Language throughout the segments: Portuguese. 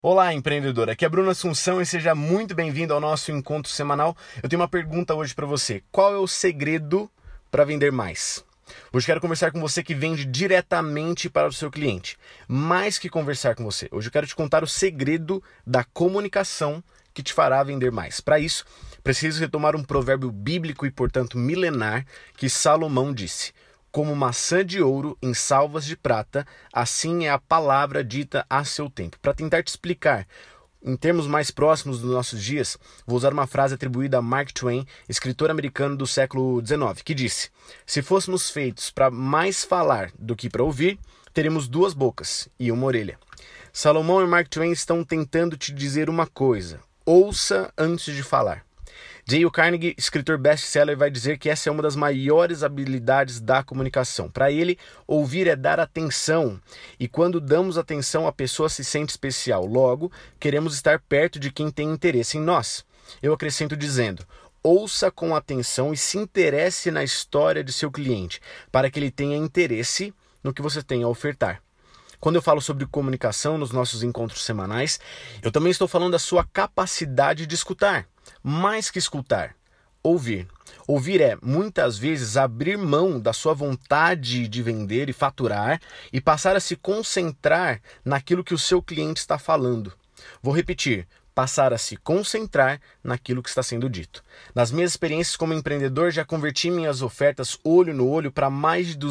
Olá, empreendedor. Aqui é Bruno Assunção e seja muito bem-vindo ao nosso encontro semanal. Eu tenho uma pergunta hoje para você. Qual é o segredo para vender mais? Hoje quero conversar com você que vende diretamente para o seu cliente. Mais que conversar com você, hoje eu quero te contar o segredo da comunicação que te fará vender mais. Para isso, preciso retomar um provérbio bíblico e, portanto, milenar que Salomão disse: como maçã de ouro em salvas de prata, assim é a palavra dita a seu tempo. Para tentar te explicar, em termos mais próximos dos nossos dias, vou usar uma frase atribuída a Mark Twain, escritor americano do século XIX, que disse: se fôssemos feitos para mais falar do que para ouvir, teríamos duas bocas e uma orelha. Salomão e Mark Twain estão tentando te dizer uma coisa: ouça antes de falar. Dale Carnegie, escritor best-seller, vai dizer que essa é uma das maiores habilidades da comunicação. Para ele, ouvir é dar atenção. E quando damos atenção, a pessoa se sente especial. Logo, queremos estar perto de quem tem interesse em nós. Eu acrescento dizendo: ouça com atenção e se interesse na história de seu cliente, para que ele tenha interesse no que você tem a ofertar. Quando eu falo sobre comunicação nos nossos encontros semanais, eu também estou falando da sua capacidade de escutar. Mais que escutar, ouvir. Ouvir é, muitas vezes, abrir mão da sua vontade de vender e faturar e passar a se concentrar naquilo que o seu cliente está falando. Vou repetir: passar a se concentrar naquilo que está sendo dito. Nas minhas experiências como empreendedor, já converti minhas ofertas olho no olho para mais de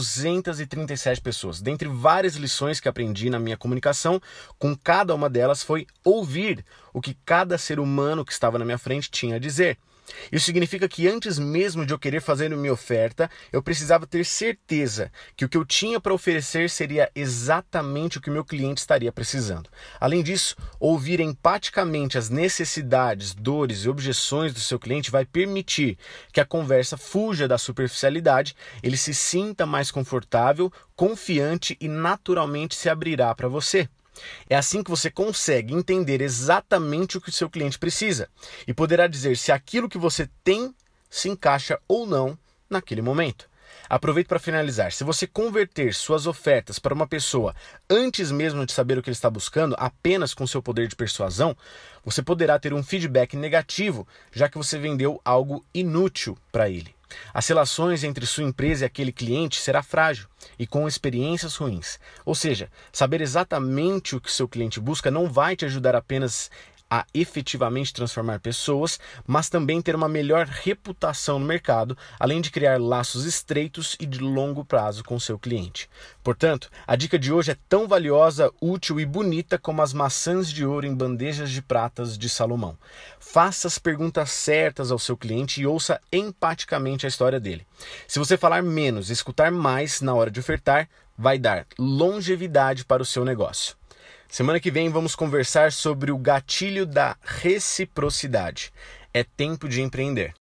237 pessoas. Dentre várias lições que aprendi na minha comunicação, com cada uma delas foi ouvir o que cada ser humano que estava na minha frente tinha a dizer. Isso significa que antes mesmo de eu querer fazer minha oferta, eu precisava ter certeza que o que eu tinha para oferecer seria exatamente o que o meu cliente estaria precisando. Além disso, ouvir empaticamente as necessidades, dores e objeções do seu cliente vai permitir que a conversa fuja da superficialidade, ele se sinta mais confortável, confiante e naturalmente se abrirá para você. É assim que você consegue entender exatamente o que o seu cliente precisa e poderá dizer se aquilo que você tem se encaixa ou não naquele momento. Aproveito para finalizar. Se você converter suas ofertas para uma pessoa antes mesmo de saber o que ele está buscando, apenas com seu poder de persuasão, você poderá ter um feedback negativo, já que você vendeu algo inútil para ele. As relações entre sua empresa e aquele cliente será frágil e com experiências ruins. Ou seja, saber exatamente o que seu cliente busca não vai te ajudar apenas a efetivamente transformar pessoas, mas também ter uma melhor reputação no mercado, além de criar laços estreitos e de longo prazo com seu cliente. Portanto, a dica de hoje é tão valiosa, útil e bonita como as maçãs de ouro em bandejas de pratas de Salomão. Faça as perguntas certas ao seu cliente e ouça empaticamente a história dele. Se você falar menos e escutar mais na hora de ofertar, vai dar longevidade para o seu negócio. Semana que vem vamos conversar sobre o gatilho da reciprocidade. É tempo de empreender.